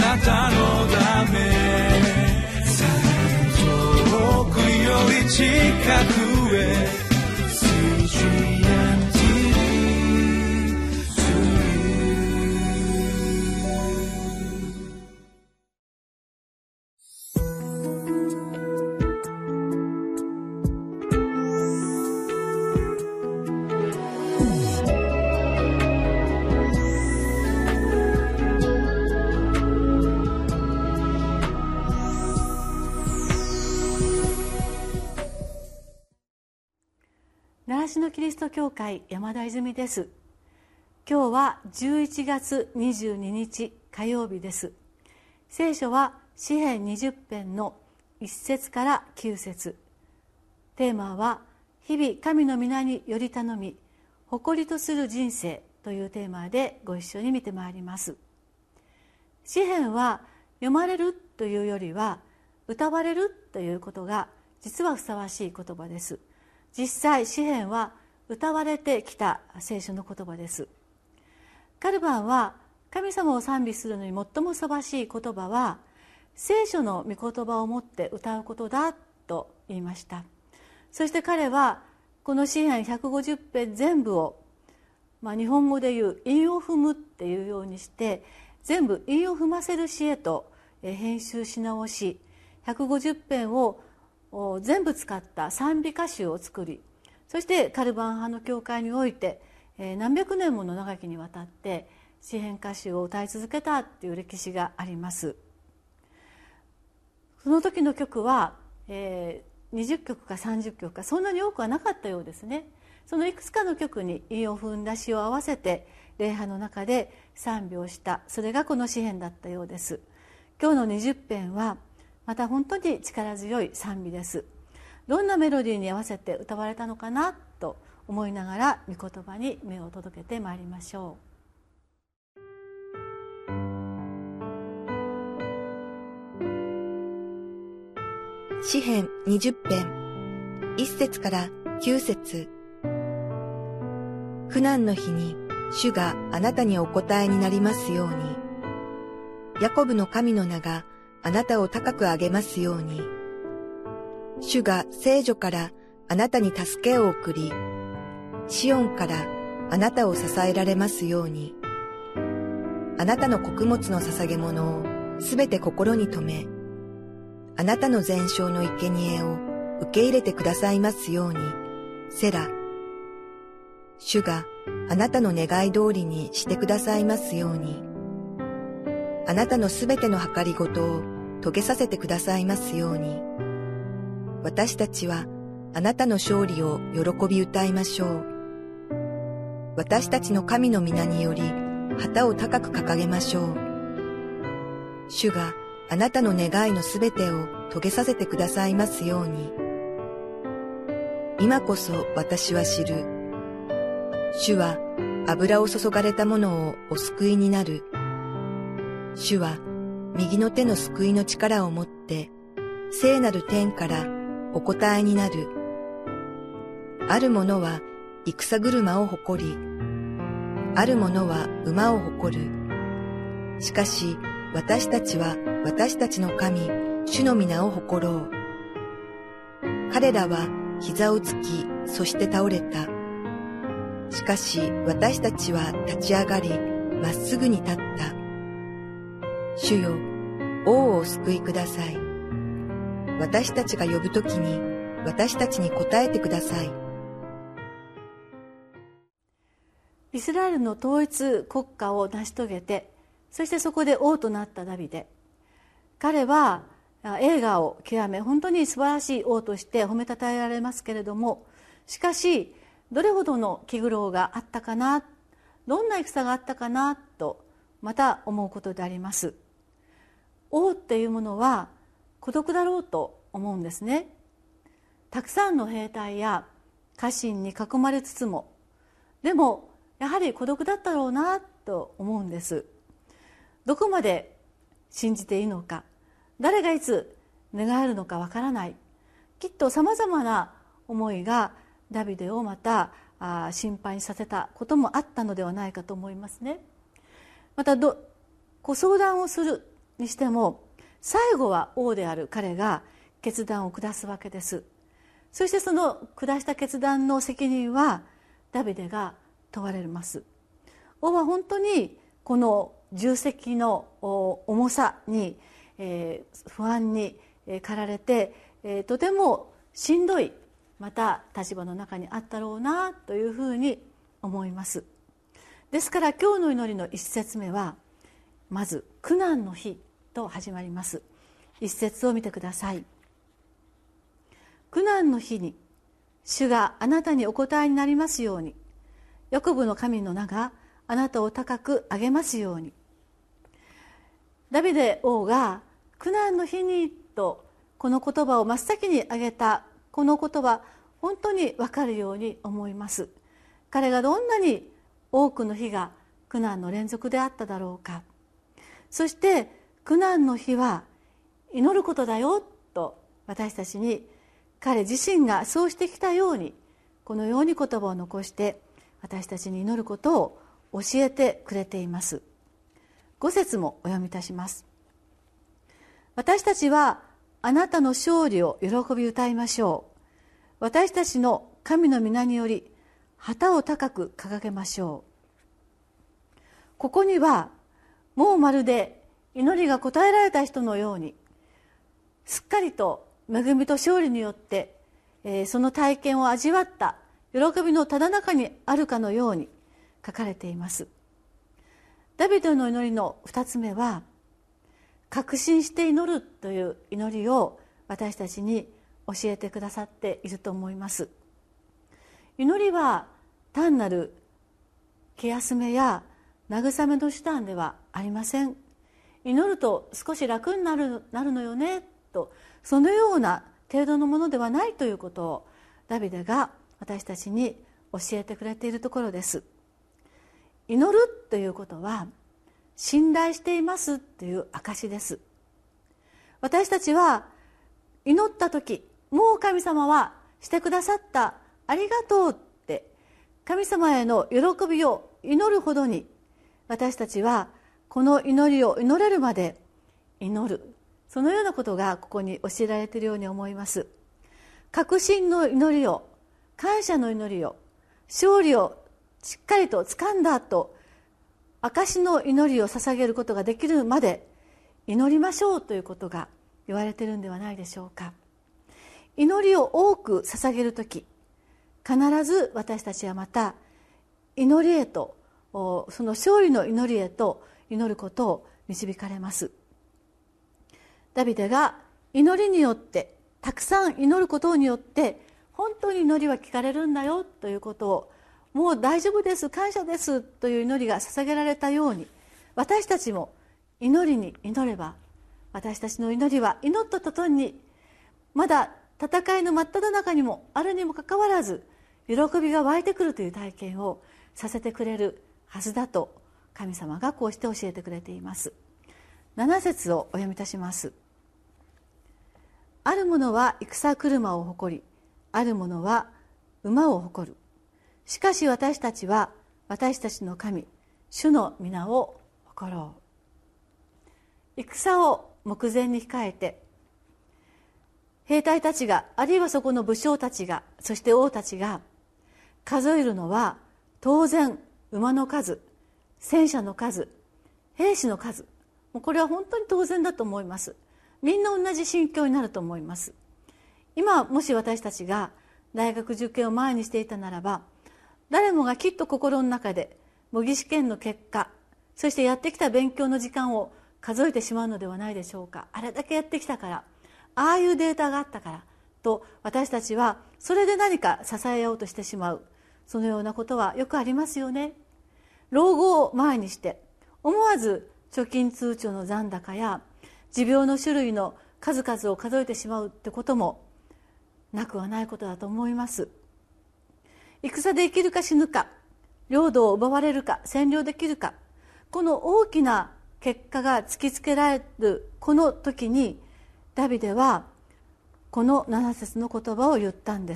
なたのため遠くより近くへ習志野キリスト教会山田泉です。今日は11月22日火曜日です。聖書は詩編20編の1節から9節。テーマは日々神の皆により頼み誇りとする人生というテーマでご一緒に見てまいります。詩編は読まれるというよりは歌われるということが実はふさわしい言葉です。実際詩編は歌われてきた聖書の言葉です。カルバンは神様を賛美するのに最もふさわしい言葉は聖書の御言葉をもって歌うことだと言いました。そして彼はこの詩編150編全部を、日本語でいう韻を踏むっていうようにして全部韻を踏ませる詩へと編集し直し、150編を全部使った賛美歌集を作り、そしてカルバン派の教会において何百年もの長きにわたって詩編歌集を歌い続けたっていう歴史があります。その時の曲は20曲か30曲かそんなに多くはなかったようですね。そのいくつかの曲に韻を踏んだ詩を合わせて礼拝の中で賛美をした、それがこの詩編だったようです。今日の20編はまた本当に力強い賛美です。どんなメロディーに合わせて歌われたのかなと思いながら御言葉に目を届けてまいりましょう。詩編20編1節から9節。苦難の日に主があなたにお答えになりますように、ヤコブの神の名があなたを高く上げますように、主が聖所からあなたに助けを送り、シオンからあなたを支えられますように、あなたの穀物の捧げ物をすべて心に留め、あなたの全焼の生贄を受け入れてくださいますように、セラ。主があなたの願い通りにしてくださいますように、あなたのすべての計りごとを遂げさせてくださいますように、私たちはあなたの勝利を喜び歌いましょう。私たちの神の皆により旗を高く掲げましょう。主があなたの願いのすべてを遂げさせてくださいますように。今こそ私は知る。主は油を注がれたものをお救いになる。主は右の手の救いの力を持って聖なる天からお答えになる。ある者は戦車を誇り、ある者は馬を誇る。しかし私たちは私たちの神、主の皆を誇ろう。彼らは膝をつき、そして倒れた。しかし私たちは立ち上がり、まっすぐに立った。主よ、王をお救いください。私たちが呼ぶときに私たちに答えてください。 イスラエルの統一国家を成し遂げて、そしてそこで王となったダビデ。彼は栄華を極め、本当に素晴らしい王として褒めたたえられますけれども、しかしどれほどの気苦労があったかな、どんな戦があったかなとまた思うことであります。王っていうものは孤独だろうと思うんですね。たくさんの兵隊や家臣に囲まれつつも、でもやはり孤独だったろうなと思うんです。どこまで信じていいのか、誰がいつ願えるのかわからない。きっとさまざまな思いがダビデをまた心配にさせたこともあったのではないかと思いますね。また相談をするにしても最後は王である彼が決断を下すわけです。そしてその下した決断の責任はダビデが問われます。王は本当にこの重責の重さに不安に駆られてとてもしんどいまた立場の中にあったろうなというふうに思います。ですから今日の祈りの一節目はまず苦難の日と始まります。一節を見てください。苦難の日に主があなたにお答えになりますように、ヤコブの神の名があなたを高く上げますように。ダビデ王が苦難の日にとこの言葉を真っ先に挙げたこの言葉、本当に分かるように思います。彼がどんなに多くの日が苦難の連続であっただろうか。そして苦難の日は祈ることだよと私たちに彼自身がそうしてきたようにこのように言葉を残して私たちに祈ることを教えてくれています。5節もお読みいたします。私たちはあなたの勝利を喜び歌いましょう。私たちの神の皆により旗を高く掲げましょう。ここにはもうまるで祈りが答えられた人のようにすっかりと恵みと勝利によって、その体験を味わった喜びのただ中にあるかのように書かれています。ダビデの祈りの2つ目は確信して祈るという祈りを私たちに教えてくださっていると思います。祈りは単なる気休めや慰めの手段ではありません。祈ると少し楽になるのよねと、そのような程度のものではないということをダビデが私たちに教えてくれているところです。祈るということは信頼していますという証です。私たちは祈った時、もう神様はしてくださった、ありがとうって神様への喜びを祈るほどに私たちはこの祈りを祈れるまで祈る、そのようなことがここに教えられているように思います。確信の祈りを、感謝の祈りを、勝利をしっかりと掴んだ後、証の祈りを捧げることができるまで祈りましょうということが言われているんではないでしょうか。祈りを多く捧げるとき、必ず私たちはまた祈りへと、その勝利の祈りへと祈ることを導かれます。ダビデが祈りによって、たくさん祈ることによって本当に祈りは聞かれるんだよということを、もう大丈夫です、感謝ですという祈りが捧げられたように、私たちも祈りに祈れば、私たちの祈りは祈った途端にまだ戦いの真っ只中にもあるにもかかわらず喜びが湧いてくるという体験をさせてくれるはずだと神様がこうして教えてくれています。7節をお読みいたします。ある者は戦車を誇り、ある者は馬を誇る。しかし私たちは私たちの神主の皆を誇ろう。戦を目前に控えて兵隊たちが、あるいはそこの武将たちが、そして王たちが数えるのは当然馬の数、戦車の数、兵士の数、もうこれは本当に当然だと思います。みんな同じ心境になると思います。今もし私たちが大学受験を前にしていたならば、誰もがきっと心の中で模擬試験の結果、そしてやってきた勉強の時間を数えてしまうのではないでしょうか。あれだけやってきたから、ああいうデータがあったからと、私たちはそれで何か支えようとしてしまう、そのようなことはよくありますよね。老後を前にして思わず貯金通帳の残高や持病の種類の数々を数えてしまうってこともなくはないことだと思います。戦で生きるか死ぬか、領土を奪われるか占領できるか、この大きな結果が突きつけられるこの時に、ダビデはこの7節の言葉を言ったんです。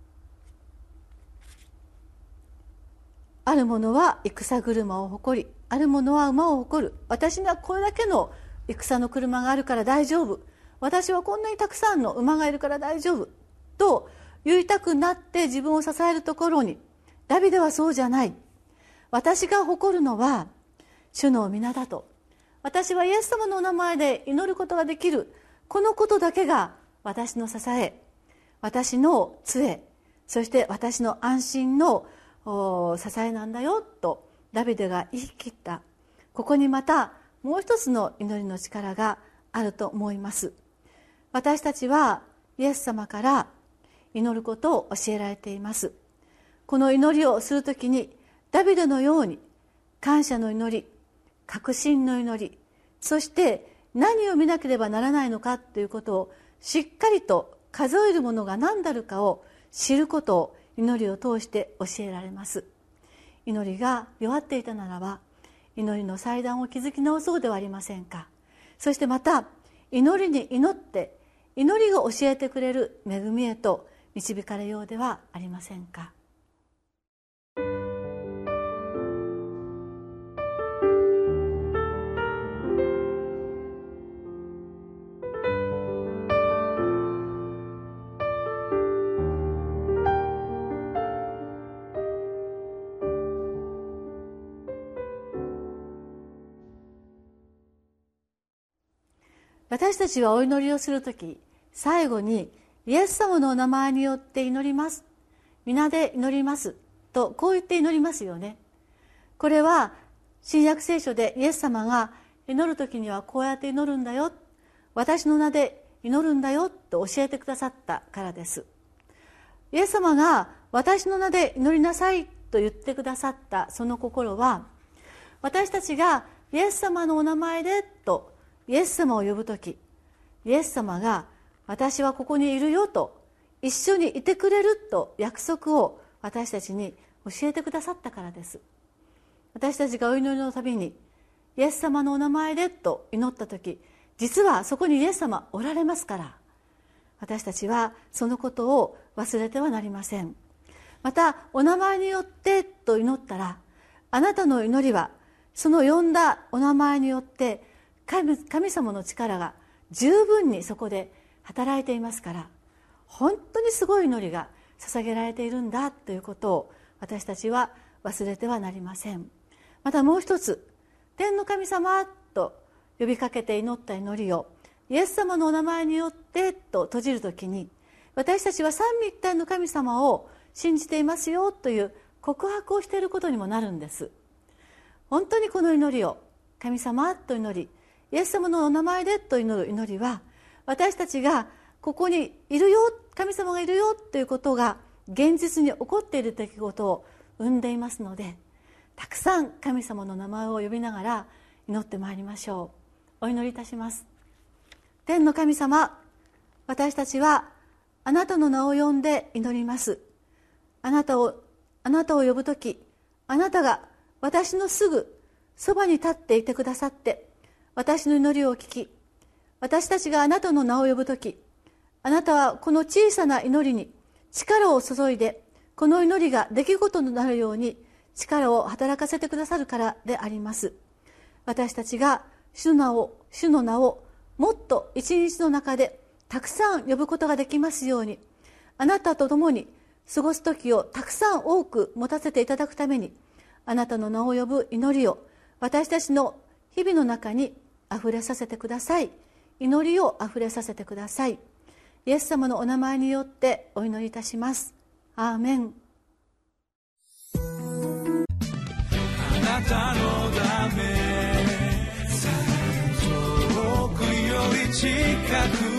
ある者は戦車を誇り、 ある者は馬を誇る、私にはこれだけの戦の車があるから大丈夫、私はこんなにたくさんの馬がいるから大丈夫と言いたくなって自分を支えるところに、ダビデはそうじゃない。私が誇るのは主の皆だと、私はイエス様のお名前で祈ることができる、このことだけが私の支え、私の杖、そして私の安心の支えなんだよとダビデが言い切った。ここにまたもう一つの祈りの力があると思います。私たちはイエス様から祈ることを教えられています。この祈りをするときにダビデのように感謝の祈り、確信の祈り、そして何を見なければならないのかということをしっかりと数えるものが何であるかを知ることを祈りを通して教えられます。祈りが弱っていたならば祈りの祭壇を築き直そうではありませんか。そしてまた祈りに祈って祈りが教えてくれる恵みへと導かれようではありませんか。私たちはお祈りをするとき、最後にイエス様のお名前によって祈ります、皆で祈りますとこう言って祈りますよね。これは新約聖書でイエス様が祈るときにはこうやって祈るんだよ、私の名で祈るんだよと教えてくださったからです。イエス様が私の名で祈りなさいと言ってくださったその心は、私たちがイエス様のお名前でとイエス様を呼ぶとき、イエス様が私はここにいるよと一緒にいてくれると約束を私たちに教えてくださったからです。私たちがお祈りのたびにイエス様のお名前でと祈ったとき、実はそこにイエス様おられますから、私たちはそのことを忘れてはなりません。またお名前によってと祈ったら、あなたの祈りはその呼んだお名前によって神様の力が十分にそこで働いていますから、本当にすごい祈りが捧げられているんだということを私たちは忘れてはなりません。またもう一つ、天の神様と呼びかけて祈った祈りをイエス様のお名前によってと閉じるときに、私たちは三位一体の神様を信じていますよという告白をしていることにもなるんです。本当にこの祈りを神様と祈り、イエス様のお名前でと祈る祈りは、私たちがここにいるよ、神様がいるよということが現実に起こっている出来事を生んでいますので、たくさん神様の名前を呼びながら祈ってまいりましょう。お祈りいたします。天の神様、私たちはあなたの名を呼んで祈ります。あなたを呼ぶとき、あなたが私のすぐそばに立っていてくださって、私の祈りを聞き、私たちがあなたの名を呼ぶとき、あなたはこの小さな祈りに力を注いで、この祈りが出来事となるように力を働かせてくださるからであります。私たちが主の名をもっと一日の中でたくさん呼ぶことができますように、あなたと共に過ごす時をたくさん多く持たせていただくために、あなたの名を呼ぶ祈りを私たちの日々の中にあふれさせてください。祈りをあふれさせてください。イエス様のお名前によってお祈りいたします。アーメン。 あなたのため遠くより近く